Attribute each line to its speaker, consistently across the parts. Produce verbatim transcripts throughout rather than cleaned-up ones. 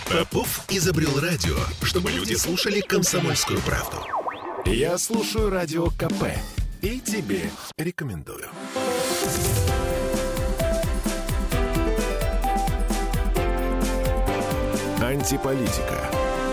Speaker 1: Попов изобрел радио, чтобы люди слушали «Комсомольскую правду». Я слушаю Радио КП и тебе рекомендую. Антиполитика.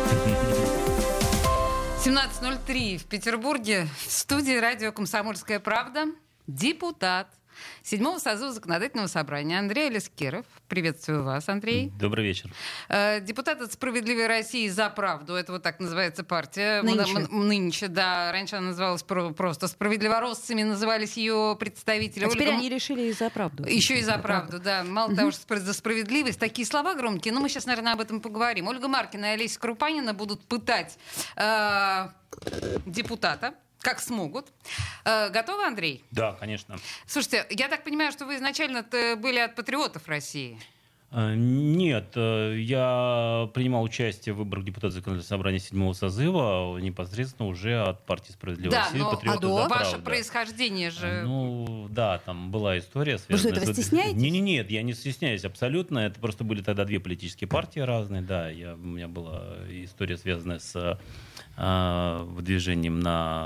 Speaker 2: семнадцать ноль три в Петербурге. В студии радио «Комсомольская правда» депутат седьмого созыва Законодательного собрания Андрей Алискеров. Приветствую вас, Андрей.
Speaker 3: Добрый вечер.
Speaker 2: Э, депутат от «Справедливой России за правду». Это вот так называется партия.
Speaker 4: Нынче.
Speaker 2: М- нынче, да. Раньше она называлась про- просто «Справедливороссами», назывались ее представители.
Speaker 4: А теперь
Speaker 2: Ольга...
Speaker 4: они решили и за правду.
Speaker 2: Еще и за правду, да. Мало
Speaker 4: Мгм.
Speaker 2: того, что за справедливость. Такие слова громкие, но мы сейчас, наверное, об этом поговорим. Ольга Маркина и Олеся Крупанина будут пытать э, депутата, как смогут. Э, готовы, Андрей?
Speaker 3: Да, конечно.
Speaker 2: Слушайте, я так понимаю, что вы изначально были от патриотов России.
Speaker 3: Э, Нет, э, я принимал участие в выборах депутата Законодательного собрания седьмого созыва непосредственно уже от партии «Справедливая
Speaker 2: Да,
Speaker 3: Россия»,
Speaker 2: но
Speaker 3: «Патриоты
Speaker 2: а
Speaker 3: за
Speaker 2: до? Ваше
Speaker 3: правду».
Speaker 2: происхождение же...
Speaker 3: Ну, да, там была история,
Speaker 4: Вы что,
Speaker 3: связанная
Speaker 4: этого
Speaker 3: с...
Speaker 4: стесняетесь?
Speaker 3: Не, не, нет, я не стесняюсь абсолютно. Это просто были тогда две политические партии разные. Да, я, у меня была история, связанная с э, выдвижением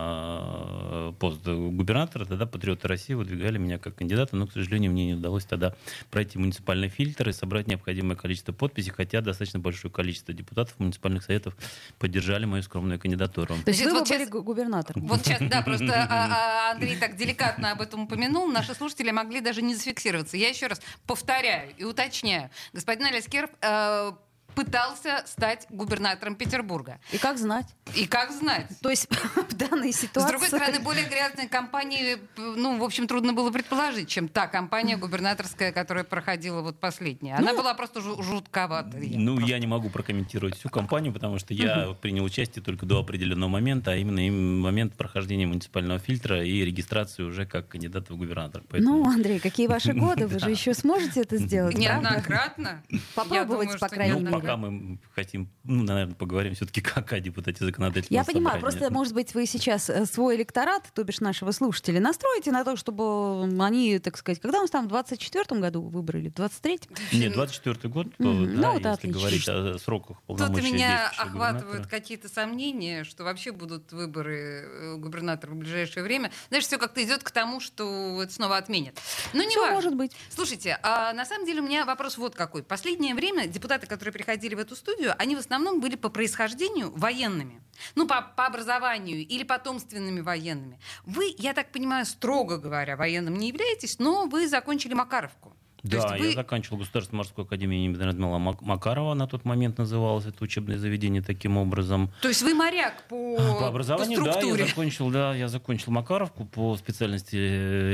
Speaker 3: на пост губернатора. Тогда «Патриоты России» выдвигали меня как кандидата, но, к сожалению, мне не удалось тогда пройти муниципальный фильтр и собрать необходимое количество подписей, хотя достаточно большое количество депутатов муниципальных советов поддержали мою скромную кандидатуру.
Speaker 4: То есть
Speaker 2: Значит,
Speaker 4: вы
Speaker 2: вот
Speaker 4: были
Speaker 2: сейчас-
Speaker 4: гу- губернатором.
Speaker 2: Вот сейчас, да, просто а, а, Андрей так деликатно об этом упомянул, наши слушатели могли даже не зафиксироваться. Я еще раз повторяю и уточняю. Господин Алискеров э, пытался стать губернатором Петербурга.
Speaker 4: И как знать?
Speaker 2: И как знать?
Speaker 4: То есть в данной ситуации...
Speaker 2: С другой стороны, более грязной кампании, ну, в общем, трудно было предположить, чем та кампания губернаторская, которая проходила вот последняя. Она
Speaker 4: Ну,
Speaker 2: была просто жу- жутковатая.
Speaker 3: Ну,
Speaker 2: Просто.
Speaker 3: я не могу прокомментировать всю кампанию, потому что я принял участие только до определенного момента, а именно им- момент прохождения муниципального фильтра и регистрации уже как кандидата в губернатор. Поэтому-
Speaker 4: Ну, Андрей, какие ваши годы? Вы же еще сможете это сделать, правда?
Speaker 2: Неоднократно.
Speaker 4: Попробовать,
Speaker 2: Я думаю,
Speaker 4: по
Speaker 2: что
Speaker 4: крайней
Speaker 3: Ну,
Speaker 4: мере.
Speaker 3: пока мы хотим, ну, наверное, поговорим все-таки как о депутате законодательного
Speaker 4: Я понимаю,
Speaker 3: собрания.
Speaker 4: просто, может быть, вы сейчас э, свой электорат, то бишь нашего слушателя, настроите на то, чтобы они, так сказать, когда у нас там в двадцать четвёртом году выбрали, в двадцать третьем?
Speaker 3: Нет, двадцать четвёртый год, то,
Speaker 4: Мгм.
Speaker 3: да,
Speaker 4: Ну,
Speaker 3: если
Speaker 4: это отлично.
Speaker 3: говорить о сроках
Speaker 2: Тут
Speaker 3: полномочий
Speaker 2: меня
Speaker 3: действующего
Speaker 2: охватывают
Speaker 3: губернатора.
Speaker 2: какие-то сомнения, что вообще будут выборы э, губернатора в ближайшее время. Знаешь, все как-то идет к тому, что это снова отменят. Но не
Speaker 4: Все
Speaker 2: важно.
Speaker 4: может быть.
Speaker 2: Слушайте, а на самом деле у меня вопрос вот какой. Последнее время депутаты, которые приходили в эту студию, они в основном были по происхождению военными. Ну, по, по образованию или потомственными военными. Вы, я так понимаю, строго говоря, военным не являетесь, но вы закончили Макаровку. То
Speaker 3: Да,
Speaker 2: есть вы-
Speaker 3: я заканчивал Государственную морскую академию имени Радмила Мак- Макарова, на тот момент называлось это учебное заведение таким образом.
Speaker 2: То есть вы моряк по,
Speaker 3: По образованию,
Speaker 2: по
Speaker 3: да, я
Speaker 2: структуре.
Speaker 3: закончил, да, я закончил Макаровку по специальности э,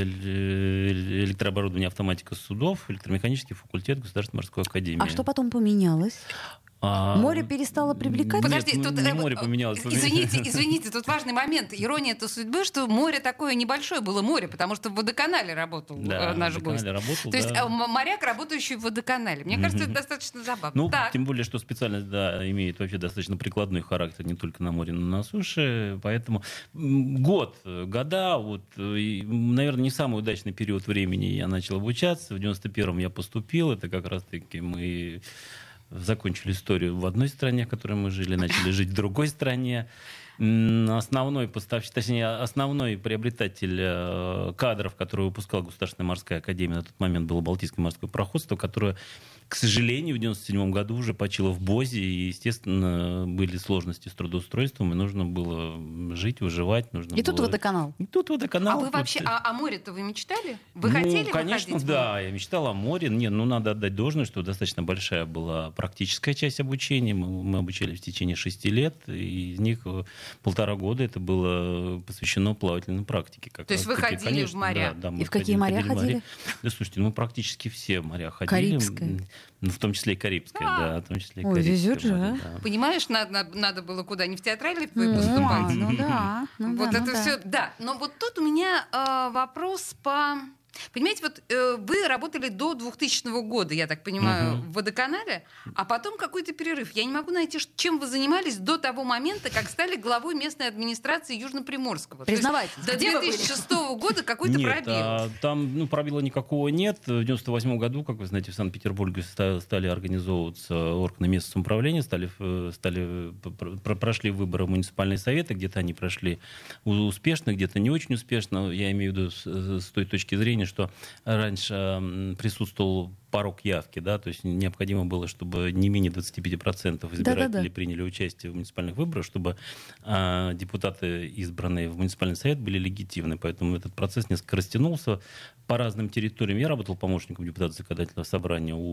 Speaker 3: э, электрооборудование, автоматика судов, электромеханический факультет Государственной морской академии.
Speaker 4: А что потом поменялось?
Speaker 3: А,
Speaker 4: Море перестало привлекать?
Speaker 3: Нет,
Speaker 2: Подожди,
Speaker 3: ну,
Speaker 2: тут
Speaker 3: не
Speaker 2: э,
Speaker 3: море
Speaker 2: э,
Speaker 3: поменялось.
Speaker 2: Извините, извините, тут важный момент. Ирония это судьбы, что море такое небольшое было море, потому что в водоканале работал
Speaker 3: Да,
Speaker 2: э, наш
Speaker 3: в
Speaker 2: гость.
Speaker 3: водоканале работал,
Speaker 2: То есть
Speaker 3: да.
Speaker 2: э, м- моряк, работающий в водоканале. Мне кажется, это достаточно забавно.
Speaker 3: Ну,
Speaker 2: Так.
Speaker 3: тем более, что специальность, да, имеет вообще достаточно прикладной характер не только на море, но и на суше. Поэтому м, год, э, года, вот, э, и, м, наверное, не самый удачный период времени я начал обучаться. В девяносто первом я поступил. Это как раз-таки мы закончили историю в одной стране, в которой мы жили, начали жить в другой стране. М, Основной поставщик, точнее, основной приобретатель э, кадров, который выпускала Государственная морская академия на тот момент, было Балтийское морское пароходство, которое, к сожалению, в девяносто седьмом году уже почило в БОЗе, и, естественно, были сложности с трудоустройством, и нужно было жить, выживать. Нужно
Speaker 4: И тут
Speaker 3: было...
Speaker 4: водоканал.
Speaker 3: И тут водоканал.
Speaker 2: А вы
Speaker 3: тут-
Speaker 2: вообще, а, о море-то вы мечтали? Вы
Speaker 3: ну,
Speaker 2: хотели
Speaker 3: конечно,
Speaker 2: выходить в
Speaker 3: да.
Speaker 2: море?
Speaker 3: Я мечтал о море. Не, ну, надо отдать должное, что достаточно большая была практическая часть обучения. Мы, мы обучались в течение шести лет, и из них э, полтора года это было посвящено плавательной практике. Как
Speaker 2: То есть вы
Speaker 3: раз-таки,
Speaker 2: ходили в моря?
Speaker 3: Да, да, мы
Speaker 4: И в какие моря
Speaker 3: в
Speaker 4: ходили?
Speaker 3: Да, слушайте, ну, мы практически все моря ходили.
Speaker 4: Карибское?
Speaker 3: М, Ну, в том числе и Карибское,
Speaker 2: А.
Speaker 3: да. В том числе и
Speaker 4: Ой,
Speaker 3: Карибское
Speaker 4: везет же,
Speaker 3: море,
Speaker 4: а?
Speaker 3: да.
Speaker 2: Понимаешь, надо, надо, надо было куда? Не в театральный
Speaker 4: Ну,
Speaker 2: поступать?
Speaker 4: ну да. ну
Speaker 2: Вот
Speaker 4: да,
Speaker 2: это
Speaker 4: ну да.
Speaker 2: все, да. Но вот тут у меня э, вопрос по Понимаете, вот э, вы работали до двухтысячного года, я так понимаю,
Speaker 3: Мгм.
Speaker 2: в водоканале, а потом какой-то перерыв. Я не могу найти, ш- чем вы занимались до того момента, как стали главой местной администрации Южно-Приморского. То есть
Speaker 4: Признавайтесь,
Speaker 2: до
Speaker 4: где вы
Speaker 2: две тысячи шестого года какой-то
Speaker 3: Нет,
Speaker 2: пробел.
Speaker 3: а, там ну, пробела никакого нет. В девяносто восьмом году, как вы знаете, в Санкт-Петербурге ста- стали организовываться органы местного самоуправления, стали, э, стали, пр- пр- прошли выборы в муниципальные советы, где-то они прошли у- успешно, где-то не очень успешно. Я имею в виду с, с той точки зрения, что раньше м, присутствовал порог явки, да, то есть необходимо было, чтобы не менее двадцать пять процентов избирателей
Speaker 4: Да-да-да.
Speaker 3: приняли участие в муниципальных выборах, чтобы а, депутаты, избранные в муниципальный совет, были легитимны. Поэтому этот процесс несколько растянулся по разным территориям. Я работал помощником депутата законодательного собрания у,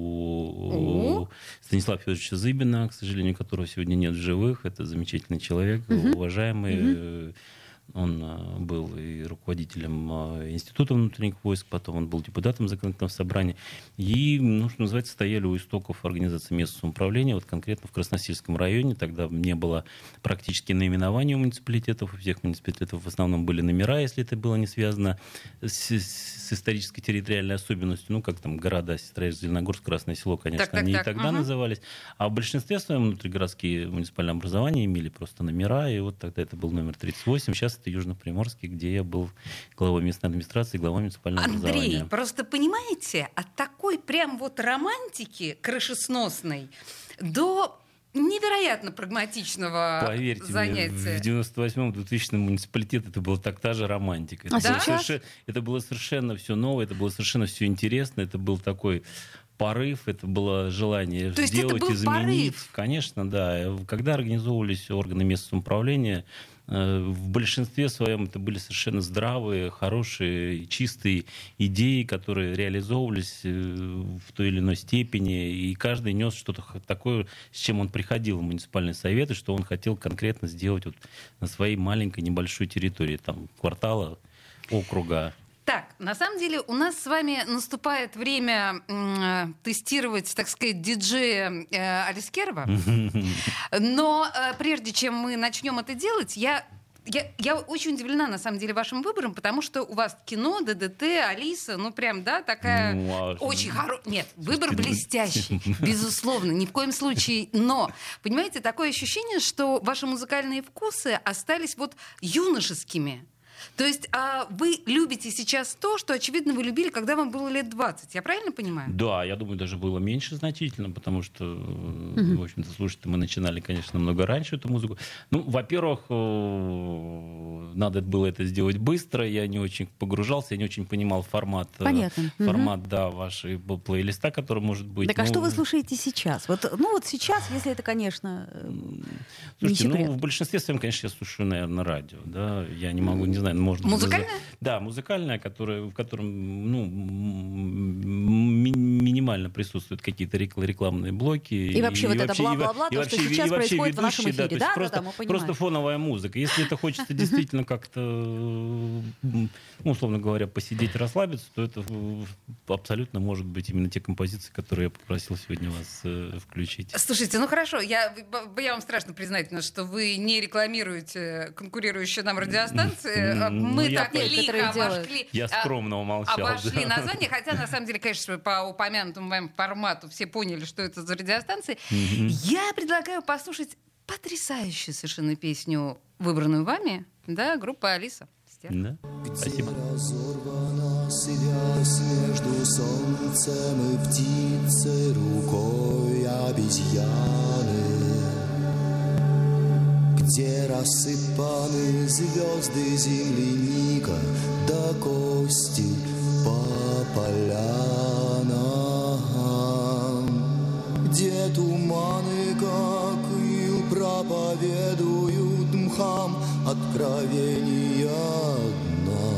Speaker 3: у Станислава Федоровича Зыбина, к сожалению, которого сегодня нет в живых. Это замечательный человек, уважаемый. э, Он а, был и руководителем а, Института внутренних войск, потом он был депутатом законодательного собрания. И, ну, что называется, стояли у истоков организации местного самоуправления, вот конкретно в Красносельском районе. Тогда не было практически наименования у муниципалитетов. У всех муниципалитетов в основном были номера, если это было не связано с, с исторической территориальной особенностью. Ну, как там города, Сестрорецк, Зеленогорск, Красное Село, конечно,
Speaker 2: Так, так,
Speaker 3: они
Speaker 2: так.
Speaker 3: и тогда
Speaker 2: Ага.
Speaker 3: назывались. А в большинстве своем внутригородские муниципальные образования имели просто номера. И вот тогда это был номер тридцать восемь. Сейчас это Южно-Приморский, где я был главой местной администрации, главой муниципального
Speaker 2: Андрей,
Speaker 3: образования.
Speaker 2: просто понимаете, от такой прям вот романтики крышесносной до невероятно прагматичного
Speaker 3: Поверьте
Speaker 2: занятия.
Speaker 3: мне, в девяносто восьмом двухтысячном муниципалитет это была так та же романтика. Это,
Speaker 4: А
Speaker 3: было,
Speaker 4: сейчас?
Speaker 3: совершенно, это было совершенно все новое, это было совершенно все интересно, это был такой порыв, это было желание
Speaker 2: То есть это
Speaker 3: сделать,
Speaker 2: был
Speaker 3: изменить.
Speaker 2: порыв?
Speaker 3: Конечно, да. Когда организовывались органы местного самоуправления, э, в большинстве своем это были совершенно здравые, хорошие, чистые идеи, которые реализовывались э, в той или иной степени, и каждый нес что-то х- такое, с чем он приходил в муниципальный совет, и что он хотел конкретно сделать вот на своей маленькой небольшой территории, там, квартала, округа.
Speaker 2: Так, на самом деле у нас с вами наступает время м, тестировать, так сказать, диджея э, Алискерова. Но э, прежде чем мы начнем это делать, я, я, я очень удивлена, на самом деле, вашим выбором, потому что у вас кино, ДДТ, Алиса, ну прям, да, такая
Speaker 3: Ну, а-
Speaker 2: очень хорошая... Нет, выбор
Speaker 3: Слушайте, ну-
Speaker 2: блестящий, безусловно, ни в коем случае. Но, понимаете, такое ощущение, что ваши музыкальные вкусы остались вот юношескими. То есть а, вы любите сейчас то, что, очевидно, вы любили, когда вам было лет двадцать. Я правильно понимаю?
Speaker 3: Да, я думаю, даже было меньше значительно, потому что, э, в общем-то, слушать мы начинали, конечно, намного раньше эту музыку. Ну, во-первых, э, надо было это сделать быстро, я не очень погружался, я не очень понимал формат, э,
Speaker 4: Понятно.
Speaker 3: формат, да, вашей б- плейлиста, который может быть.
Speaker 4: Так а
Speaker 3: Ну,
Speaker 4: что вы слушаете сейчас? Вот, ну вот сейчас, если это, конечно, э, не
Speaker 3: Слушайте,
Speaker 4: секрет.
Speaker 3: ну, в большинстве своем, конечно, я слушаю, наверное, радио, да, я не могу, не знаю, может...
Speaker 2: Музыкальное?
Speaker 3: Да, музыкальное, которое, в котором, ну, м- ми- минимально присутствуют какие-то рекл- рекламные блоки.
Speaker 4: И вообще вот это
Speaker 3: и во-
Speaker 4: бла-бла-бла,
Speaker 3: и
Speaker 4: то, что
Speaker 3: вообще- и
Speaker 4: сейчас
Speaker 3: вообще
Speaker 4: происходит в нашем
Speaker 3: ведущие,
Speaker 4: эфире.
Speaker 3: то есть
Speaker 4: Да,
Speaker 3: просто,
Speaker 4: да, да, мы понимаем.
Speaker 3: просто фоновая музыка. Если это хочется действительно как-то, м, ну, условно говоря, посидеть, расслабиться, то это э, абсолютно может быть именно те композиции, которые я попросил сегодня вас э, включить.
Speaker 2: Слушайте, ну хорошо, я, я вам страшно признательна, что вы не рекламируете конкурирующие нам радиостанции.
Speaker 3: Ну,
Speaker 2: Мы
Speaker 3: я
Speaker 2: так
Speaker 3: понял.
Speaker 2: лихо
Speaker 4: Некоторые делают.
Speaker 2: обошли,
Speaker 3: Я
Speaker 2: а,
Speaker 3: скромно умолчал.
Speaker 2: обошли
Speaker 3: да.
Speaker 2: название, хотя на самом деле, конечно, по упомянутому вами формату все поняли, что это за радиостанции. Я предлагаю послушать потрясающую совершенно песню, выбранную вами, да, группа Алиса.
Speaker 3: Да? Спасибо.
Speaker 5: Разорвана связь между солнцем и птицей рукой обезьяны, где рассыпаны звезды земляника до кости по полянам, где туманы, как ил, проповедуют мхам откровения дна,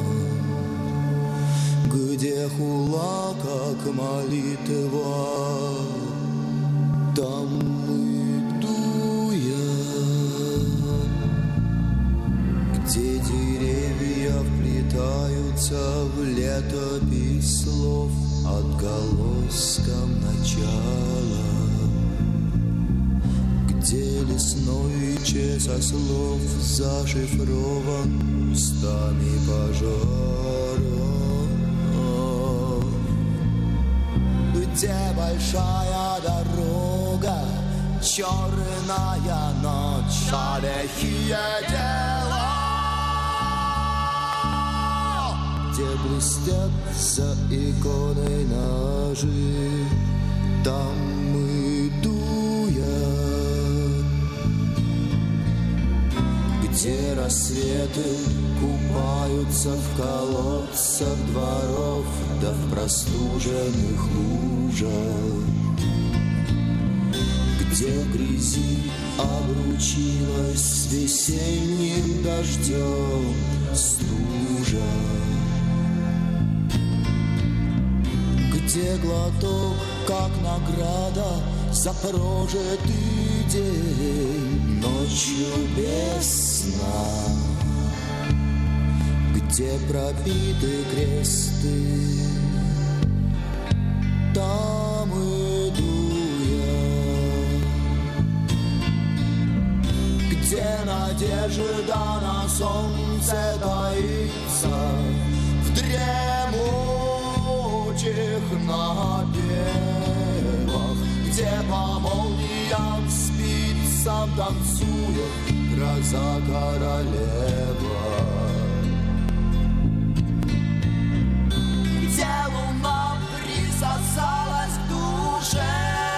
Speaker 5: где хула, как молитва, там мы дуем, где деревья вплетаются в летопись слов отголоском начала, где лесной часослов зашифрован устами пожара. где большая дорога, черная ночь, а лихие дела, где блестят за иконой ножи, там мы дуя, где рассветы купаются в колодцах дворов, да в простуженных лужах, где грязи обручилась с весенним дождем стужа, где глоток, как награда за прожитый день, ночью без сна, где пропиты кресты, там иду я, где надежда на солнце таится в дремучих напевах, где по молниям спицам танцует гроза королева, где луна присосалась к душе,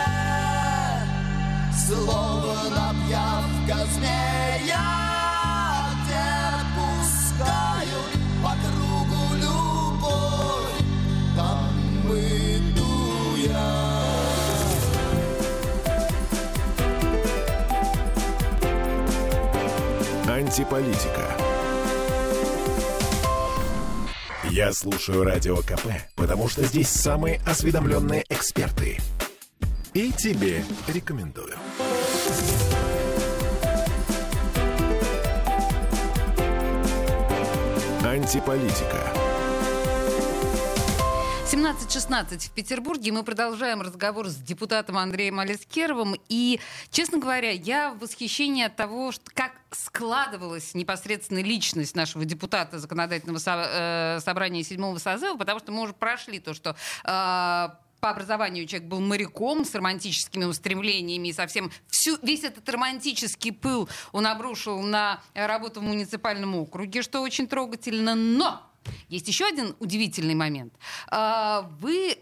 Speaker 5: словно пьявка змея, где пускают по кругу любовь, там иду я.
Speaker 1: Антиполитика. Я слушаю Радио КП, потому что здесь самые осведомленные эксперты. И тебе рекомендую. Антиполитика.
Speaker 2: семнадцать шестнадцать в Петербурге. Мы продолжаем разговор с депутатом Андреем Алискеровым. И, честно говоря, я в восхищении от того, что, как складывалась непосредственно личность нашего депутата Законодательного со- э, собрания седьмого созыва, потому что мы уже прошли то, что... Э, по образованию человек был моряком с романтическими устремлениями, и совсем всю, весь этот романтический пыл он обрушил на работу в муниципальном округе, что очень трогательно. Но есть еще один удивительный момент. Вы...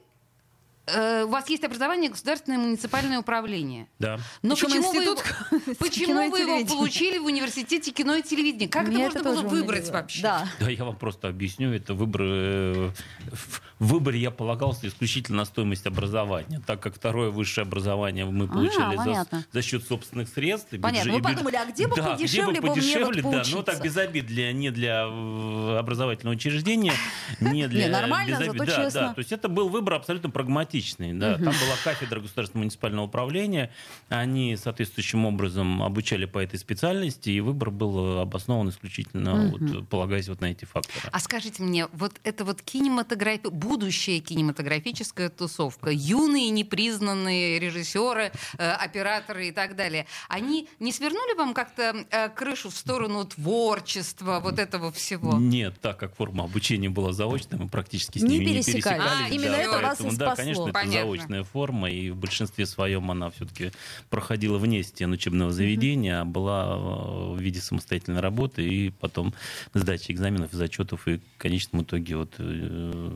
Speaker 2: У вас есть образование государственное муниципальное управление.
Speaker 3: Да.
Speaker 2: Но
Speaker 4: Причем
Speaker 2: почему вы, его,
Speaker 4: институт
Speaker 2: почему вы его получили в университете кино и телевидения? Как
Speaker 4: Мне
Speaker 2: это
Speaker 4: это
Speaker 2: можно было
Speaker 4: тоже
Speaker 2: выбрать
Speaker 4: удивило.
Speaker 2: вообще?
Speaker 4: Да.
Speaker 3: Да, я вам просто объясню. Это выбор, э, в выборе я полагался исключительно на стоимость образования, так как второе высшее образование мы получали за,
Speaker 4: понятно.
Speaker 3: за счет собственных средств. и
Speaker 4: Понятно.
Speaker 3: бюджет-
Speaker 4: Вы
Speaker 3: и бюджет-
Speaker 4: подумали, а где бы
Speaker 3: да,
Speaker 4: подешевле
Speaker 3: где бы
Speaker 4: бы мне вот
Speaker 3: подешевле, да,
Speaker 4: поучиться?
Speaker 3: но так без обид, для, не для э, образовательного учреждения, не для...
Speaker 4: Не, нормально,
Speaker 3: без обид.
Speaker 4: зато
Speaker 3: Да,
Speaker 4: честно.
Speaker 3: да, то есть это был выбор абсолютно прагматичный. Да. Там была кафедра государственного муниципального управления, они соответствующим образом обучали по этой специальности, и выбор был обоснован исключительно, вот, полагаясь вот на эти факторы.
Speaker 2: А скажите мне, вот это вот кинематография, будущая кинематографическая тусовка, юные непризнанные режиссеры, э, операторы и так далее, они не свернули вам как-то э, крышу в сторону творчества, вот этого всего?
Speaker 3: Нет, так как форма обучения была заочной, мы практически с
Speaker 4: Не
Speaker 3: ними не
Speaker 4: пересекались.
Speaker 3: пересекались.
Speaker 2: А, именно
Speaker 3: да,
Speaker 2: это вас
Speaker 3: поэтому,
Speaker 4: и
Speaker 3: да,
Speaker 4: спасло.
Speaker 3: конечно, это
Speaker 2: Понятно.
Speaker 3: заочная форма, и в большинстве своем она все-таки проходила вне стен учебного заведения, а была в виде самостоятельной работы, и потом сдачи экзаменов, зачетов, и в конечном итоге вот, э,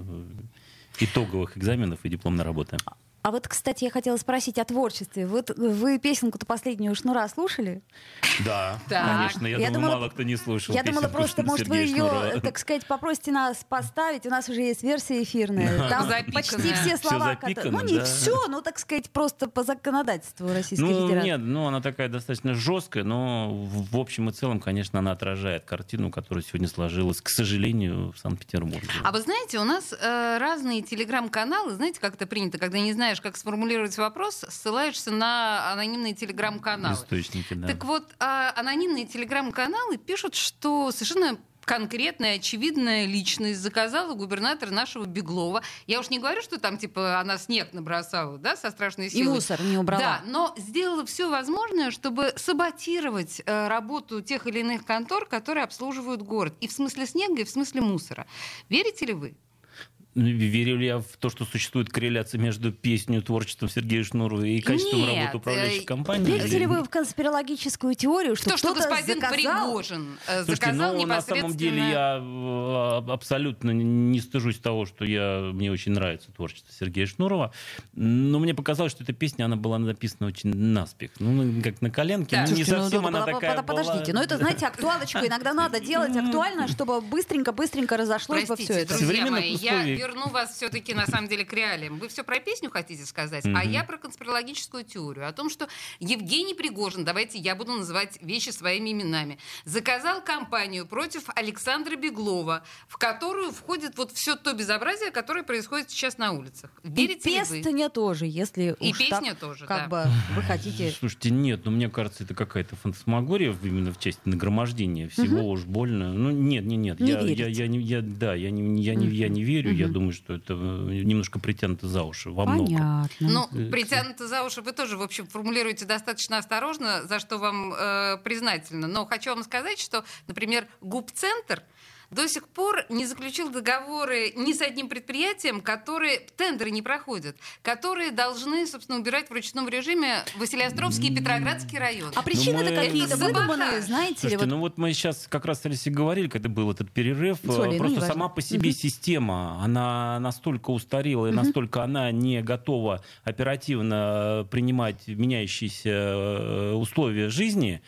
Speaker 3: итоговых экзаменов и дипломной работы.
Speaker 4: А вот, кстати, я хотела спросить о творчестве. Вот вы песню-то последнюю «Шнура» слушали?
Speaker 3: Да,
Speaker 2: Так.
Speaker 3: конечно, я,
Speaker 4: Я
Speaker 3: думаю,
Speaker 4: думала,
Speaker 3: мало кто не слушал.
Speaker 4: Я думала,
Speaker 3: песенку
Speaker 4: просто, может, вы
Speaker 3: Сергея Шнурова.
Speaker 4: ее, так сказать, попросите нас поставить. У нас уже есть версия эфирная. Там
Speaker 2: Запиканная.
Speaker 4: почти все
Speaker 3: Всё
Speaker 4: слова,
Speaker 3: запикано,
Speaker 4: которые... Ну, не
Speaker 3: да.
Speaker 4: все, но, так сказать, просто по законодательству Российской
Speaker 3: Ну,
Speaker 4: Федерации.
Speaker 3: нет, ну, она такая достаточно жесткая, но в, в общем и целом, конечно, она отражает картину, которая сегодня сложилась, к сожалению, в Санкт-Петербурге.
Speaker 2: А вы знаете, у нас э, разные телеграм-каналы, знаете, как это принято, когда не знаешь, как сформулировать вопрос, ссылаешься на анонимные телеграм-каналы.
Speaker 3: Источники, да.
Speaker 2: Так вот, а, анонимные телеграм-каналы пишут, что совершенно конкретная, очевидная личность заказала губернатора нашего Беглова. Я уж не говорю, что там, типа, она снег набросала, да, со страшной
Speaker 4: И
Speaker 2: силой.
Speaker 4: мусор не убрала.
Speaker 2: Да, но сделала все возможное, чтобы саботировать э, работу тех или иных контор, которые обслуживают город. И в смысле снега, и в смысле мусора. Верите ли вы?
Speaker 3: Верю ли я в то, что существует корреляция между песней, творчеством Сергея Шнурова и качеством
Speaker 2: Нет,
Speaker 3: работы управляющей
Speaker 2: э,
Speaker 3: компании?
Speaker 4: Верите ли вы в конспирологическую теорию, что
Speaker 2: То, что
Speaker 4: кто-то
Speaker 2: господин
Speaker 4: заказал...
Speaker 2: Пригожин э,
Speaker 3: Слушайте,
Speaker 2: заказал
Speaker 3: ну, на
Speaker 2: непосредственно...
Speaker 3: самом деле я э, абсолютно не стыжусь того, что я, мне очень нравится творчество Сергея Шнурова, но мне показалось, что эта песня, она была написана очень наспех. Ну, как на коленке.
Speaker 2: Да.
Speaker 3: Ну, не
Speaker 4: Слушайте, ну,
Speaker 3: совсем
Speaker 4: ну,
Speaker 3: она
Speaker 4: под-
Speaker 3: такая
Speaker 4: под- Подождите,
Speaker 3: была.
Speaker 4: но это, знаете, актуалочку иногда надо делать актуально, чтобы быстренько-быстренько разошлось во все
Speaker 2: Простите,
Speaker 4: это.
Speaker 2: друзья
Speaker 3: Современных
Speaker 2: мои, я
Speaker 3: условий.
Speaker 2: верну вас все-таки на самом деле к реалиям. Вы все про песню хотите сказать, а я про конспирологическую теорию. О том, что Евгений Пригожин, давайте я буду называть вещи своими именами, заказал кампанию против Александра Беглова, в которую входит вот все то безобразие, которое происходит сейчас на улицах. Верите
Speaker 4: И
Speaker 2: ли вы?
Speaker 4: песня тоже, если
Speaker 2: И
Speaker 4: уж
Speaker 2: песня
Speaker 4: так,
Speaker 2: тоже,
Speaker 4: как
Speaker 2: да.
Speaker 4: бы вы хотите...
Speaker 3: Слушайте, нет, ну мне кажется, это какая-то фантасмагория именно в части нагромождения всего уж больно. Ну нет, нет, нет,
Speaker 4: Не
Speaker 3: я, я,
Speaker 4: верите?
Speaker 3: я, не, я, да, я не, я не, я не верю. Я думаю, что это немножко притянуто за уши во многом.
Speaker 4: Понятно.
Speaker 2: Ну, притянуто за уши вы тоже, в общем, формулируете достаточно осторожно, за что вам э, признательна. Но хочу вам сказать, что, например, ГУП-центр до сих пор не заключил договоры ни с одним предприятием, которые тендеры не проходят, которые должны, собственно, убирать в ручном режиме Василиостровский и Петроградский район.
Speaker 4: А причины-то
Speaker 3: мы-
Speaker 4: какие-то
Speaker 2: Это
Speaker 4: выдуманные,
Speaker 2: саботаж.
Speaker 4: знаете ли?
Speaker 3: Слушайте,
Speaker 4: Вот
Speaker 3: ну вот мы сейчас как раз с Алисой говорили, когда был этот перерыв,
Speaker 4: С Олей,
Speaker 3: э,
Speaker 4: ну,
Speaker 3: просто
Speaker 4: неважно.
Speaker 3: сама по себе система, она настолько устарела и настолько она не готова оперативно принимать меняющиеся э, условия жизни,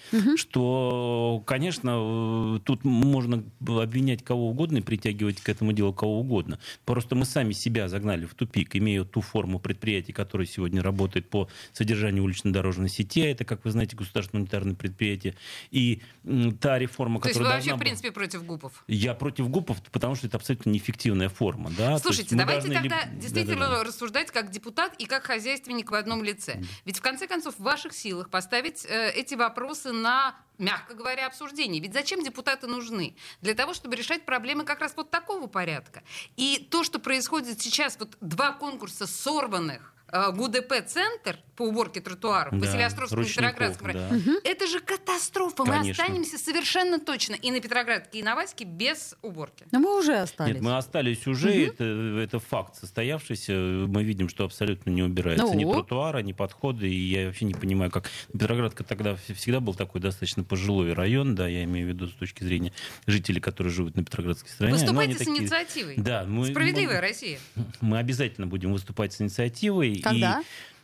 Speaker 3: что, конечно, э, тут можно обвинять кого угодно и притягивать к этому делу кого угодно. Просто мы сами себя загнали в тупик, имея ту форму предприятий, которая сегодня работает по содержанию улично-дорожной сети, а это, как вы знаете, государственное унитарное предприятие, и м, та реформа,
Speaker 2: То есть
Speaker 3: которая
Speaker 2: вы вообще,
Speaker 3: должна
Speaker 2: в
Speaker 3: была-
Speaker 2: принципе, против ГУПов?
Speaker 3: Я против ГУПов, потому что это абсолютно неэффективная форма. Да? То есть
Speaker 2: Слушайте,
Speaker 3: мы
Speaker 2: давайте
Speaker 3: должны
Speaker 2: тогда
Speaker 3: ли-
Speaker 2: действительно
Speaker 3: Да-да-да.
Speaker 2: рассуждать как депутат и как хозяйственник в одном лице. Ведь в конце концов в ваших силах поставить э, эти вопросы на, мягко говоря, обсуждение. Ведь зачем депутаты нужны? Для того, чтобы решать проблемы как раз вот такого порядка. И то, что происходит сейчас, вот два конкурса сорванных, э, ГУДП-центр по уборке тротуаров,
Speaker 3: Да,
Speaker 2: Василиостровском и
Speaker 3: ручников,
Speaker 2: Петроградском
Speaker 3: да.
Speaker 2: районе, это же катастрофа. Мы
Speaker 3: Конечно.
Speaker 2: останемся совершенно точно и на Петроградке, и на Ваське без уборки.
Speaker 4: Но мы уже остались.
Speaker 3: Нет, мы остались уже, это, это факт состоявшийся. Мы видим, что абсолютно не убирается
Speaker 4: Ну.
Speaker 3: ни тротуара, ни подходы. И я вообще не понимаю, как... Петроградка тогда вс- всегда был такой достаточно пожилой район, да, я имею в виду с точки зрения жителей, которые живут на Петроградской стороне. Но
Speaker 2: Выступайте
Speaker 3: они
Speaker 2: с
Speaker 3: такие-
Speaker 2: инициативой.
Speaker 3: Да, мы,
Speaker 2: Справедливая
Speaker 3: мы-
Speaker 2: Россия.
Speaker 3: мы обязательно будем выступать с инициативой. и,
Speaker 4: Когда?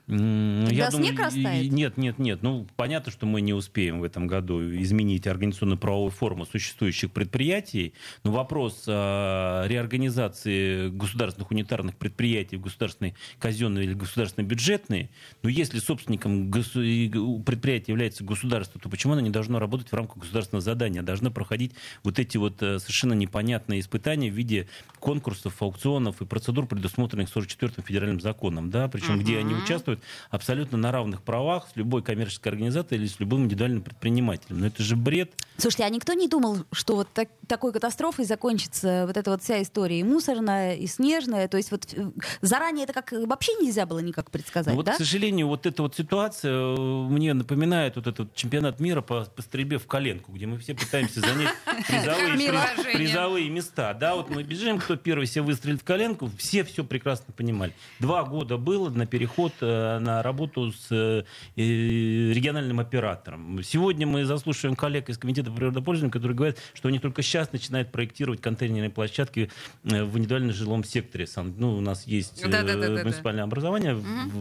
Speaker 3: м,
Speaker 4: Когда
Speaker 3: я
Speaker 4: снег
Speaker 3: думаю,
Speaker 4: растает?
Speaker 3: и- Нет, нет, нет. Ну, понятно, что мы не успеем в этом году изменить организационно-правовую форму существующих предприятий, но вопрос о реорганизации государственных унитарных предприятий в государственные казенные или государственные бюджетные, ну, если собственником госу- и г- предприятия является государство, то почему оно не должно работать в рамках государственного задания? Должны проходить вот эти вот э, совершенно непонятные испытания в виде конкурсов, аукционов и процедур, предусмотренных сорок четвёртым федеральным законом, да, причем где они участвуют абсолютно на равных правах с любой коммерческой организацией или с любым индивидуальным предпринимателем. Но это же бред.
Speaker 4: Слушайте, а никто не думал, что вот так- такой катастрофой закончится вот эта вот вся история и мусорная, и снежная? То есть вот э, заранее это как вообще нельзя было никак предсказать,
Speaker 3: Но вот,
Speaker 4: да?
Speaker 3: к сожалению, вот эта вот ситуация э, мне напоминает вот этот вот чемпионат мира по, по стрельбе в коленку, где мы все пытаемся занять призовые,
Speaker 2: Мило.
Speaker 3: приз- призовые места. Да, вот мы бежим, кто первый себе выстрелит в коленку, все все прекрасно понимали. Два года было на переход э, на работу с э, э, региональным оператором. Сегодня мы заслушиваем коллег из Комитета природопользования, которые говорят, что они только сейчас начинают проектировать контейнерные площадки э, в индивидуальном жилом секторе. Сам, ну, у нас есть э,
Speaker 2: Да-да-да-да-да.
Speaker 3: муниципальное образование, в-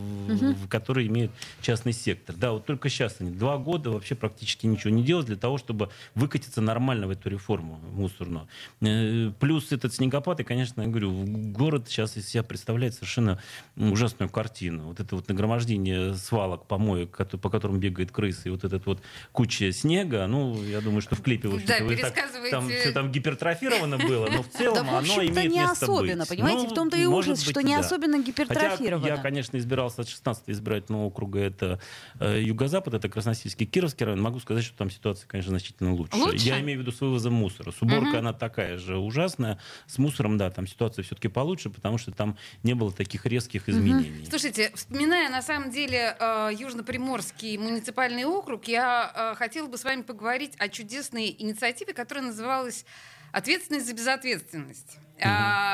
Speaker 3: в- в- которое имеет частный сектор. Да, вот только сейчас они два года вообще практически ничего не делают для того, чтобы выкатиться нормально в эту реформу мусорную. Э, Плюс этот снегопад, и, конечно, я говорю, город сейчас из себя представляет совершенно ужасную картину. Вот это вот нагромождение свалок, помоек, кото- по которым бегает крысы, и вот этот вот куча снега, ну, я думаю, что в клипе, в общем-то,
Speaker 2: Да,
Speaker 3: вы так-
Speaker 2: пересказываете.
Speaker 3: там все там гипертрофировано было, но в целом
Speaker 4: Да, в
Speaker 3: оно
Speaker 4: общем-то,
Speaker 3: имеет
Speaker 4: не
Speaker 3: место
Speaker 4: особенно,
Speaker 3: быть.
Speaker 4: понимаете?
Speaker 3: Ну,
Speaker 4: В том-то и
Speaker 3: может
Speaker 4: ужас,
Speaker 3: быть,
Speaker 4: что не
Speaker 3: да.
Speaker 4: особенно гипертрофировано.
Speaker 3: Хотя я, конечно, избирался от шестнадцатого избирательного округа, это э, Юго-Запад, это Красносельский, Кировский район. Могу сказать, что там ситуация, конечно, значительно лучше.
Speaker 2: Лучше?
Speaker 3: Я имею в виду с вывозом мусора. С уборкой
Speaker 2: Мгм.
Speaker 3: она такая же ужасная. С мусором, да, там ситуация все-таки получше, потому что там не было таких резких изменений.
Speaker 2: Слушайте, вспоминая на самом деле э, Южно-Приморский муниципальный округ, я э, хотела бы с вами поговорить о чудесной инициативе, которая называлась «Ответственность за безответственность». А,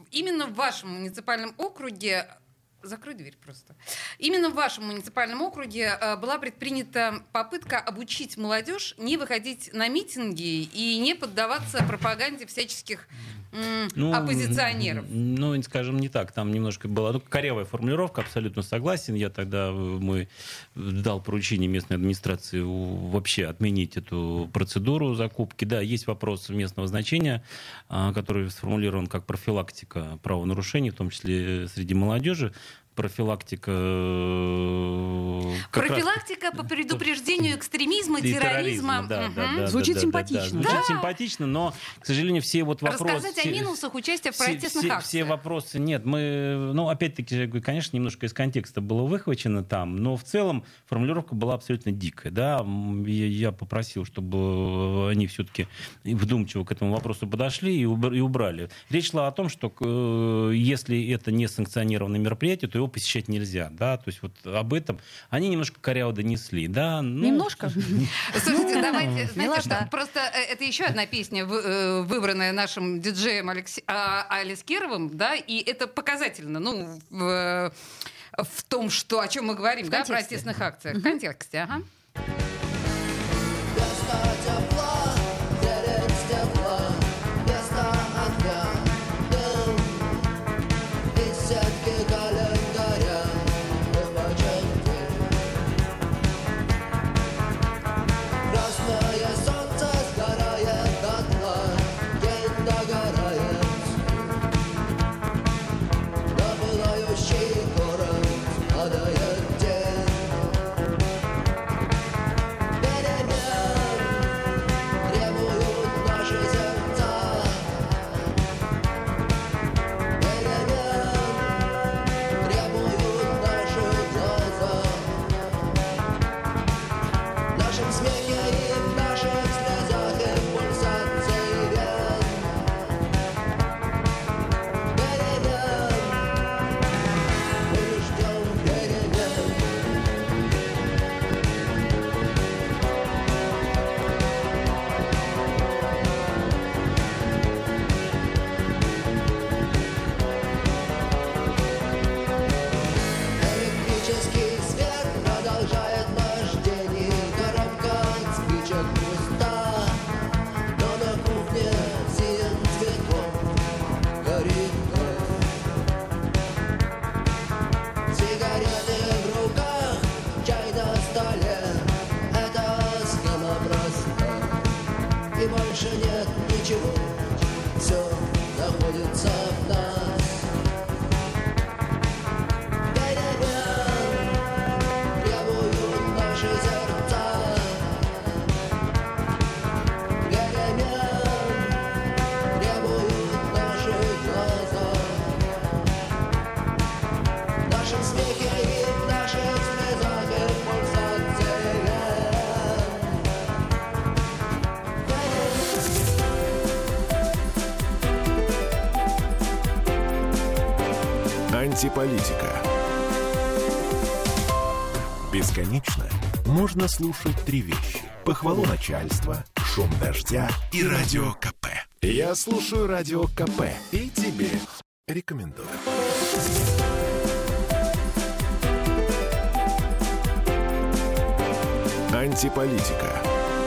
Speaker 2: именно в вашем муниципальном округе... Закрой дверь просто. Именно в вашем муниципальном округе э, была предпринята попытка обучить молодежь не выходить на митинги и не поддаваться пропаганде всяческих м,
Speaker 3: ну,
Speaker 2: оппозиционеров.
Speaker 3: Ну, скажем, не так. Там немножко была ну, корявая формулировка, абсолютно согласен. Я тогда мы дал поручение местной администрации вообще отменить эту процедуру закупки. Да, есть вопрос местного значения, который сформулирован как профилактика правонарушений, в том числе среди молодежи. Профилактика...
Speaker 2: Профилактика раз... по предупреждению экстремизма, и терроризма. терроризма да,
Speaker 4: угу.
Speaker 2: да, да,
Speaker 4: Звучит
Speaker 3: да,
Speaker 4: симпатично.
Speaker 3: Да, да, звучит
Speaker 2: да.
Speaker 3: симпатично, но, к сожалению, все вот вопросы...
Speaker 2: Рассказать все, о минусах участия в протестных
Speaker 3: все,
Speaker 2: акциях.
Speaker 3: Все вопросы... Нет, мы... Ну, опять-таки, конечно, немножко из контекста было выхвачено там, но в целом формулировка была абсолютно дикая. Да? Я попросил, чтобы они все-таки вдумчиво к этому вопросу подошли и убрали. Речь шла о том, что если это не санкционированное мероприятие, то его посещать нельзя, да, то есть вот об этом они немножко коряво донесли, да. Ну...
Speaker 4: Немножко?
Speaker 2: Слушайте, давайте, знаете что, просто это еще одна песня, выбранная нашим диджеем Алискеровым, да, и это показательно, ну, в, в том, что, о чем мы говорим, да, о протестных акциях, в контексте, ага.
Speaker 1: Антиполитика. Бесконечно можно слушать три вещи: похвалу начальства, шум дождя и радио КП. Я слушаю радио КП и тебе рекомендую. Антиполитика.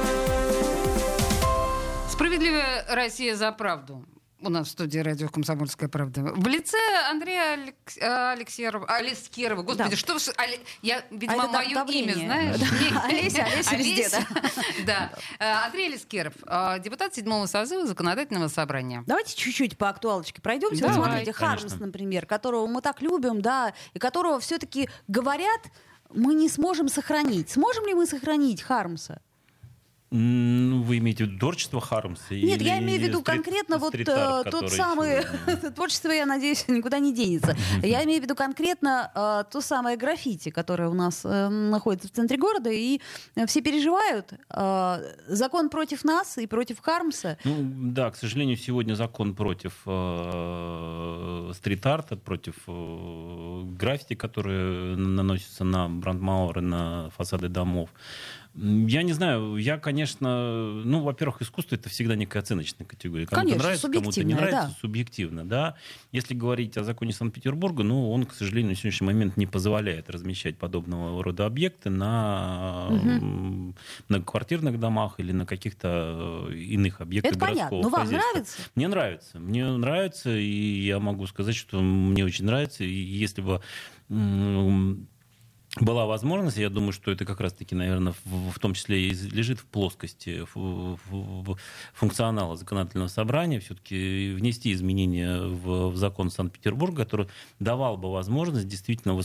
Speaker 2: Справедливая Россия за правду. У нас в студии радио «Комсомольская правда». В лице Андрея Алекс... Алексерова... Алискерова. Господи, да. Что... Али... Я, видимо, а мое давление. Имя, знаешь?
Speaker 4: Да. Олеся, Олеся везде,
Speaker 2: да. Да. Андрей Алискеров, депутат седьмого созыва Законодательного собрания.
Speaker 4: Давайте чуть-чуть по актуалочке пройдемся. Вот смотрите, Хармс, например, которого мы так любим, да, и которого все-таки говорят, мы не сможем сохранить. Сможем ли мы сохранить Хармса?
Speaker 3: Вы имеете в виду творчество Хармса?
Speaker 4: Нет,
Speaker 3: или,
Speaker 4: я имею в виду
Speaker 3: стрит,
Speaker 4: конкретно вот
Speaker 3: стрит-арт,
Speaker 4: тот самый... Творчество, я надеюсь, никуда не денется. Я имею в виду конкретно uh, то самое граффити, которое у нас uh, находится в центре города, и все переживают. Uh, закон против нас и против Хармса.
Speaker 3: Ну, да, к сожалению, сегодня закон против uh, стрит-арта, против uh, граффити, которые наносятся на брандмауэры, на фасады домов. Я не знаю, я, конечно, ну, во-первых, искусство — это всегда некая оценочная категория. Кому-то
Speaker 4: Конечно,
Speaker 3: нравится, кому-то не нравится,
Speaker 4: да.
Speaker 3: субъективно, да. Если говорить о законе Санкт-Петербурга, ну, он, к сожалению, на сегодняшний момент не позволяет размещать подобного рода объекты на угу. многоквартирных домах или на каких-то иных объектах
Speaker 4: это
Speaker 3: городского
Speaker 4: понятно. Но
Speaker 3: хозяйства.
Speaker 4: вам нравится?
Speaker 3: Мне нравится. Мне нравится, и я могу сказать, что мне очень нравится. И если бы была возможность, я думаю, что это как раз-таки, наверное, в, в том числе и лежит в плоскости в, в, в функционала законодательного собрания, все-таки внести изменения в, в закон Санкт-Петербурга, который давал бы возможность действительно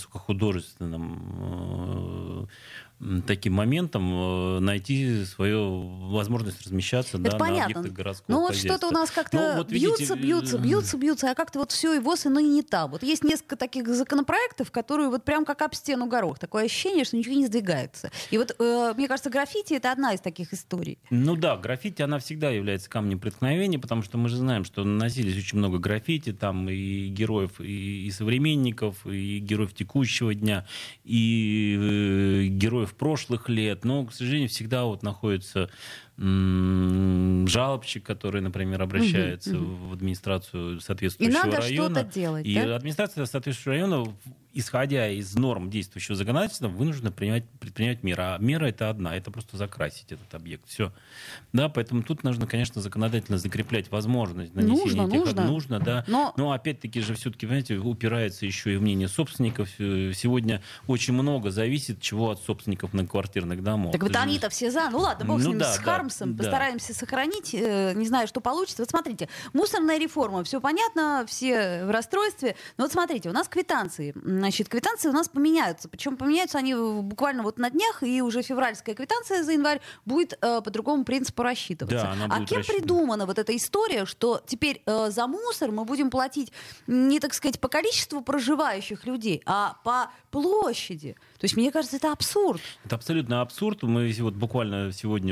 Speaker 3: высокохудожественным э, таким моментом найти свою возможность размещаться, да, на объектах городского
Speaker 4: ну, вот
Speaker 3: хозяйства.
Speaker 4: Что-то у нас как-то
Speaker 3: ну, вот
Speaker 4: бьются,
Speaker 3: видите,
Speaker 4: бьются, бьются, бьются, а как-то вот все и вот и ну, и не там. Вот есть несколько таких законопроектов, которые вот прям как об стену горох. Такое ощущение, что ничего не сдвигается. И вот, э, мне кажется, граффити — это одна из таких историй.
Speaker 3: Ну да, граффити, она всегда является камнем преткновения, потому что мы же знаем, что наносились очень много граффити, там и героев, и, и современников, и героев текущего дня, и э, героев прошлых лет. Но, к сожалению, всегда вот находится м- жалобщик, который, например, обращается угу, угу. в администрацию соответствующего района.
Speaker 4: И надо что-то делать,
Speaker 3: и
Speaker 4: да?
Speaker 3: администрация соответствующего района, исходя из норм действующего законодательства, вынуждена принимать, предпринимать меры. А мера это одна, это просто закрасить этот объект. Все. Да, поэтому тут нужно, конечно, законодательно закреплять возможность нанесения
Speaker 4: нужно,
Speaker 3: этих...
Speaker 4: Нужно,
Speaker 3: нужно, да.
Speaker 4: Но...
Speaker 3: Но опять-таки же все-таки, понимаете, упирается еще и в мнение собственников. Сегодня очень много зависит чего от собственников многоквартирных домов.
Speaker 4: Так вот
Speaker 3: же...
Speaker 4: они-то все за. Ну ладно, бог ну, с ним,
Speaker 3: да,
Speaker 4: с Хармсом.
Speaker 3: Да,
Speaker 4: постараемся
Speaker 3: да.
Speaker 4: сохранить. Э, не знаю, что получится. Вот смотрите, мусорная реформа. Все понятно, все в расстройстве. Но вот смотрите, у нас квитанции. Значит, квитанции у нас поменяются. Причем поменяются они буквально вот на днях, и уже февральская квитанция за январь будет э, по другому принципу рассчитываться.
Speaker 3: Да, она
Speaker 4: а
Speaker 3: будет
Speaker 4: кем
Speaker 3: рассчитана.
Speaker 4: Придумана вот эта история, что теперь э, за мусор мы будем платить не, так сказать, по количеству проживающих людей, а по площади. То есть, мне кажется, это абсурд.
Speaker 3: Это абсолютно абсурд. Мы вот буквально сегодня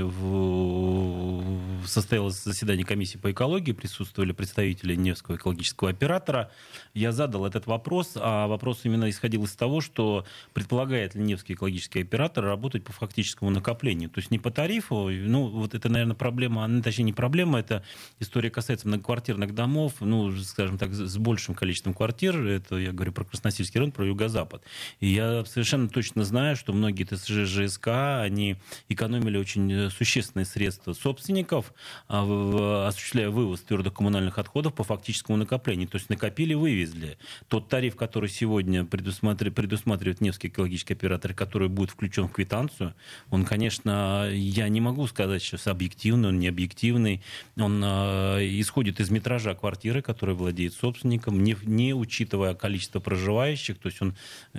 Speaker 3: в... состоялось заседание комиссии по экологии, присутствовали представители Невского экологического оператора. Я задал этот вопрос, а вопрос именно исходил из того, что предполагает ли Невский экологический оператор работать по фактическому накоплению. То есть не по тарифу. Ну, вот это, наверное, проблема, ну, точнее, не проблема, это история касается многоквартирных домов, ну, скажем так, с большим количеством квартир. Это я говорю про Красносельский район, про Юго-Запад. И я совершенно точно знаю, что многие ТСЖ, ЖСК, они экономили очень существенные средства собственников, осуществляя вывоз твердых коммунальных отходов по фактическому накоплению. То есть накопили, вывезли. Тот тариф, который сегодня предусматривает, предусматривает Невский экологический оператор, который будет включен в квитанцию, он, конечно, я не могу сказать, что объективный, он не объективный. Он э, исходит из метража квартиры, которой владеет собственником, не, не учитывая количество проживающих. То есть он э,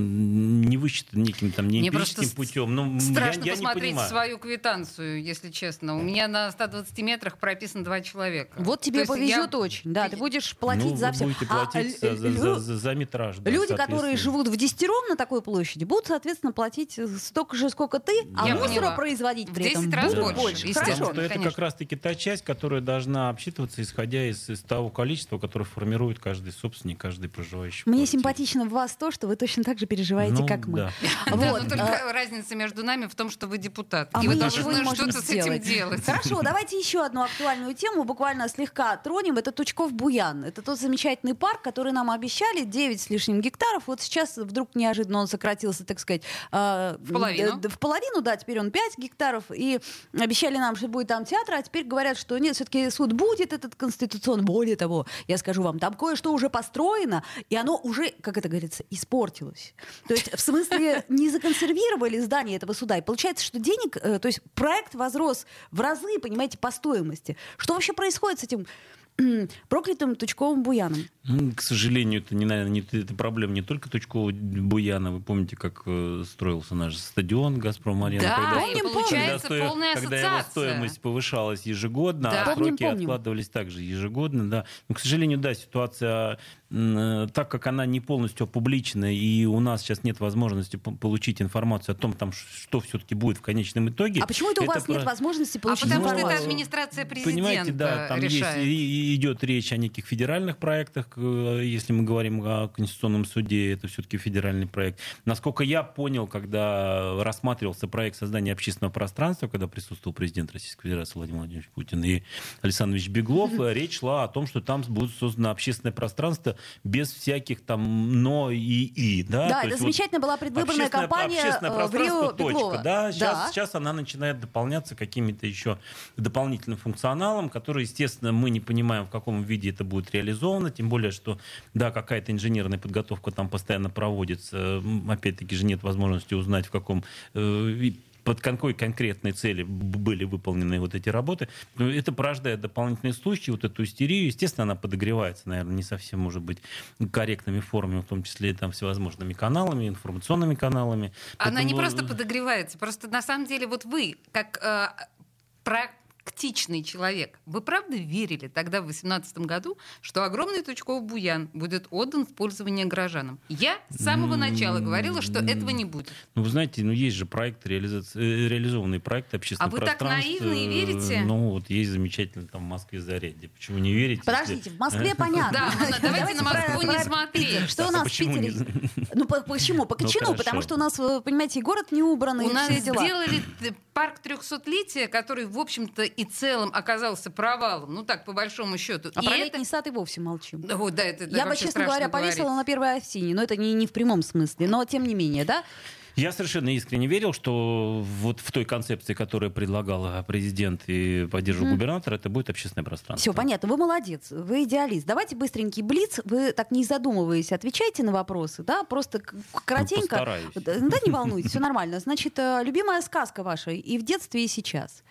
Speaker 3: не высчитан неким там не эмпирическим путем. Но
Speaker 2: страшно
Speaker 3: я, я
Speaker 2: посмотреть свою квитанцию, если честно. У меня на ста двадцати метрах прописано два человека.
Speaker 4: Вот тебе повезет я... очень. Да, ты будешь платить
Speaker 3: ну,
Speaker 4: за все.
Speaker 3: Будете платить а, за, за, за, за метраж. Да,
Speaker 4: люди, которые живут в десятером на такой площади, будут, соответственно, платить столько же, сколько ты, а
Speaker 2: я
Speaker 4: мусора производить
Speaker 2: в
Speaker 4: при этом
Speaker 2: десять раз
Speaker 4: будут
Speaker 2: больше.
Speaker 4: больше.
Speaker 3: Потому что
Speaker 2: конечно.
Speaker 3: это как раз-таки та часть, которая должна обсчитываться, исходя из, из того количества, которое формирует каждый собственник, каждый проживающий.
Speaker 4: Мне симпатично в вас то, что вы точно так же переживаете,
Speaker 3: ну,
Speaker 4: как мы.
Speaker 3: Да.
Speaker 2: Вот. Да, но только а... разница между нами в том, что вы депутат.
Speaker 4: А
Speaker 2: и
Speaker 4: мы
Speaker 2: вы
Speaker 4: ничего не можем
Speaker 2: что-то с этим делать.
Speaker 4: Хорошо, давайте еще одну актуальную тему буквально слегка тронем. Это Тучков-Буян. Это тот замечательный парк, который нам обещали, девять с лишним гектаров. Вот сейчас вдруг неожиданно он сократился, так сказать, э,
Speaker 2: в половину.
Speaker 4: Д- в половину, да, теперь он пять гектаров. И обещали нам, что будет там театр, а теперь говорят, что нет, все-таки суд будет этот конституционный. Более того, я скажу вам, там кое-что уже построено, и оно уже, как это говорится, испортилось. То есть, в смысле, не законсервировали здание этого суда. И получается, что денег, э, то есть проект возрос в разы, понимаете, по стоимости. Что вообще происходит с этим проклятым Тучковым Буяном?
Speaker 3: К сожалению, это, не, наверное, не, это проблема не только Тучкова Буяна. Вы помните, как э, строился наш стадион «Газпром-арена»?
Speaker 2: Да,
Speaker 3: когда,
Speaker 2: помним, получается
Speaker 3: когда,
Speaker 2: полная
Speaker 3: когда
Speaker 2: ассоциация.
Speaker 3: его стоимость повышалась ежегодно,
Speaker 2: Да.
Speaker 3: а
Speaker 4: Помним,
Speaker 3: сроки
Speaker 4: помним.
Speaker 3: откладывались также ежегодно. Да. Но, к сожалению, да, ситуация так как она не полностью опубличена, и у нас сейчас нет возможности получить информацию о том, там, что все-таки будет в конечном итоге.
Speaker 4: А почему это у
Speaker 3: это
Speaker 4: вас
Speaker 3: про...
Speaker 4: нет возможности получить
Speaker 2: а потому
Speaker 4: информацию?
Speaker 2: что это администрация президента
Speaker 3: Понимаете, да, там
Speaker 2: решает.
Speaker 3: есть, и, и идет речь о неких федеральных проектах, если мы говорим о Конституционном суде, это все-таки федеральный проект. Насколько я понял, когда рассматривался проект создания общественного пространства, когда присутствовал президент Российской Федерации Владимир Владимирович Путин и Александр Ильич Беглов, mm-hmm. речь шла о том, что там будет создано общественное пространство без всяких там «но» и «и». Да,
Speaker 4: да
Speaker 3: то
Speaker 4: это замечательно вот была предвыборная кампания
Speaker 3: общественное
Speaker 4: в
Speaker 3: пространство,
Speaker 4: Рио Беглова.
Speaker 3: Да, сейчас,
Speaker 4: да.
Speaker 3: сейчас она начинает дополняться какими-то еще дополнительным функционалом, который, естественно, мы не понимаем, в каком виде это будет реализовано, тем более, что, да, какая-то инженерная подготовка там постоянно проводится, опять-таки же нет возможности узнать, в каком... Э, под какой конкретной цели были выполнены вот эти работы. Это порождает дополнительные случаи, вот эту истерию. Естественно, она подогревается, наверное, не совсем, может быть, корректными формами, в том числе там всевозможными каналами, информационными каналами.
Speaker 2: Она
Speaker 3: Поэтому...
Speaker 2: не просто подогревается, просто на самом деле вот вы, как э, практичный человек, вы правда верили тогда, в две тысячи восемнадцатом году, что огромный Тучков Буян будет отдан в пользование горожанам? Я с самого начала говорила, что этого не будет.
Speaker 3: Ну, вы знаете, ну, есть же проект, реализации, реализованный проект общественного пространства.
Speaker 2: А вы так наивны и верите?
Speaker 3: Ну, вот есть замечательно там в Москве Зарядье. Почему не верите?
Speaker 4: Подождите, в Москве понятно.
Speaker 2: Да, давайте на Москву не смотреть.
Speaker 4: Что у нас в Питере? Ну, почему? По Кочину, потому что у нас, понимаете, и город не убранный,
Speaker 2: у нас
Speaker 4: все дела.
Speaker 2: сделали парк трехсотлетия, который, в общем-то, и целом оказался провалом. Ну так, по большому счету.
Speaker 4: А
Speaker 2: и
Speaker 4: про
Speaker 2: это...
Speaker 4: летний сад и вовсе молчим.
Speaker 2: Да, вот, да, это,
Speaker 4: Я бы, честно говоря, повесила
Speaker 2: говорить.
Speaker 4: на первой осине, но это не, не в прямом смысле, но тем не менее, да?
Speaker 3: Я совершенно искренне верил, что вот в той концепции, которую предлагал президент и поддерживал mm. губернатор, это будет общественное пространство.
Speaker 4: Все понятно, вы молодец, вы идеалист. Давайте быстренький блиц, вы так не задумываясь отвечайте на вопросы, да, просто коротенько.
Speaker 3: Ну, постараюсь.
Speaker 4: Да, не волнуйтесь, все нормально. Значит, любимая сказка ваша и в детстве, и сейчас.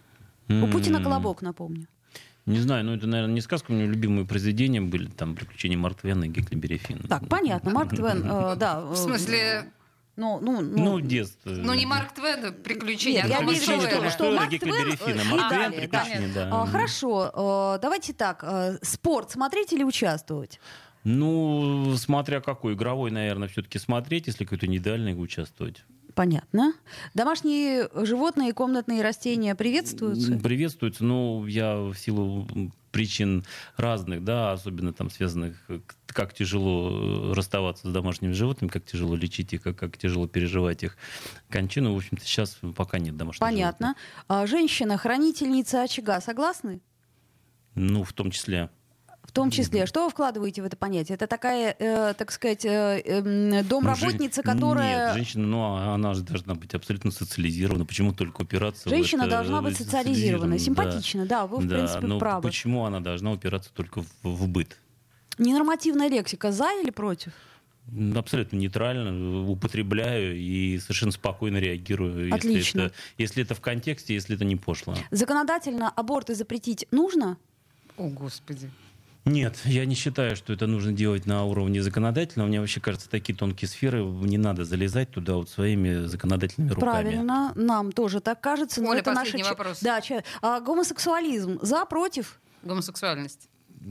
Speaker 4: У Путина «Колобок», напомню.
Speaker 3: Не знаю, но это, наверное, не сказка. У меня любимые произведения были там «Приключения Марк Твена» и «Гекльберри Финн».
Speaker 4: Так, понятно, Марк Твен, э, да.
Speaker 2: В смысле...
Speaker 4: Ну, ну, ну,
Speaker 3: ну, детство.
Speaker 2: Ну, не Марк Твен, приключения.
Speaker 4: Нет, я вижу,
Speaker 3: что,
Speaker 4: что, что Марк
Speaker 3: Твен и
Speaker 4: далее, да.
Speaker 3: да.
Speaker 4: А, хорошо, а, давайте так. А, спорт смотреть или участвовать?
Speaker 3: Ну, смотря какой. Игровой, наверное, все-таки смотреть, если какой-то не идеальный, участвовать.
Speaker 4: Понятно. Домашние животные и комнатные растения приветствуются?
Speaker 3: Приветствуются, но я в силу причин разных, да, особенно там связанных, как тяжело расставаться с домашними животными, как тяжело лечить их, как, как тяжело переживать их кончину. В общем-то, сейчас пока нет домашних
Speaker 4: Понятно.
Speaker 3: животных.
Speaker 4: А женщина, хранительница очага, согласны?
Speaker 3: Ну, в том числе.
Speaker 4: В том числе. Что вы вкладываете в это понятие? Это такая, э, так сказать, э, э, домработница,
Speaker 3: ну, жен...
Speaker 4: которая...
Speaker 3: Нет, женщина, ну, она же должна быть абсолютно социализирована. Почему только упираться
Speaker 4: Женщина
Speaker 3: в это...
Speaker 4: должна быть социализирована, симпатична, да, вы, в
Speaker 3: да,
Speaker 4: принципе,
Speaker 3: но
Speaker 4: правы.
Speaker 3: Почему она должна упираться только в, в быт?
Speaker 4: Ненормативная лексика. За или против?
Speaker 3: Абсолютно нейтрально употребляю и совершенно спокойно реагирую.
Speaker 4: Отлично.
Speaker 3: Если это, если это в контексте, если это не пошло.
Speaker 4: Законодательно аборты запретить нужно?
Speaker 2: О, Господи.
Speaker 3: Нет, я не считаю, что это нужно делать на уровне законодательного. Мне вообще кажется, такие тонкие сферы, не надо залезать туда вот своими законодательными руками.
Speaker 4: Правильно, нам тоже так кажется. Но
Speaker 2: Оля,
Speaker 4: это
Speaker 2: последний
Speaker 4: наша...
Speaker 2: вопрос.
Speaker 4: Да, че... а, гомосексуализм за, против?
Speaker 2: Гомосексуальность.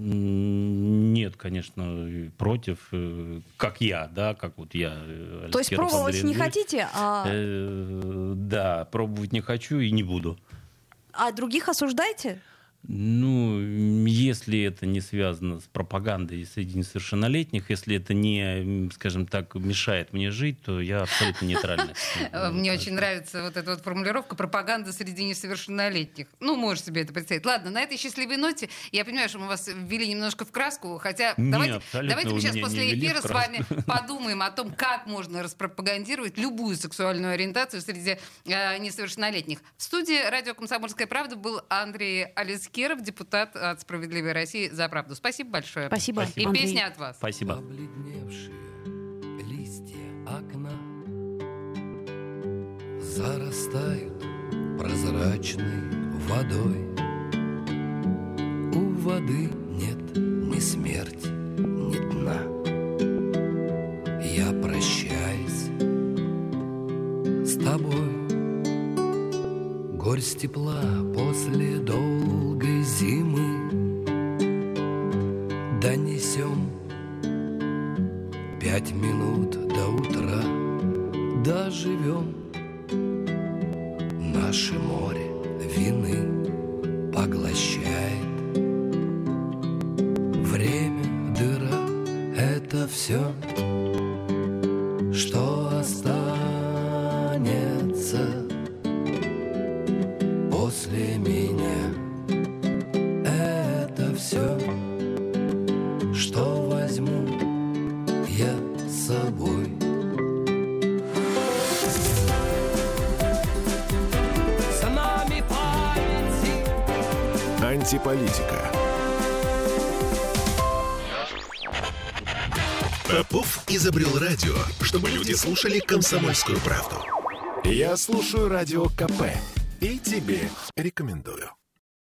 Speaker 3: Нет, конечно, против, как я, да, как вот я.
Speaker 4: То есть пробовать не хотите? А...
Speaker 3: Э, да, пробовать не хочу и не буду.
Speaker 4: А других осуждаете?
Speaker 3: Ну, если это не связано с пропагандой среди несовершеннолетних, если это не, скажем так, мешает мне жить, то я абсолютно нейтральный.
Speaker 2: Мне очень нравится вот эта вот формулировка «пропаганда среди несовершеннолетних». Ну, можешь себе это представить. Ладно, на этой счастливой ноте я понимаю, что мы вас ввели немножко в краску, хотя
Speaker 3: Нет,
Speaker 2: давайте, давайте мы
Speaker 3: вы
Speaker 2: сейчас
Speaker 3: меня
Speaker 2: после
Speaker 3: не ввели
Speaker 2: эфира
Speaker 3: в
Speaker 2: с вами подумаем о том, как можно распропагандировать любую сексуальную ориентацию среди э, несовершеннолетних. В студии радио «Комсомольская правда» был Андрей Алискеров, депутат от «Справедливой России за правду». Спасибо большое.
Speaker 4: Спасибо.
Speaker 2: И
Speaker 4: Андрей.
Speaker 2: песня от вас.
Speaker 3: Спасибо.
Speaker 5: Обледневшие листья окна зарастают прозрачной водой. У воды нет ни смерти, ни дна. Я прощаюсь с тобой. Горсть тепла после долгой зимы донесем
Speaker 6: Пять минут до утра доживем. Наше море вины поглощает. Время, дыра — это все, что останется после меня. Это все, что возьму я с собой. За нами памяти.
Speaker 1: Антиполитика. Попов изобрел радио, чтобы люди слушали «Комсомольскую правду». Я слушаю Радио КП и тебе рекомендую.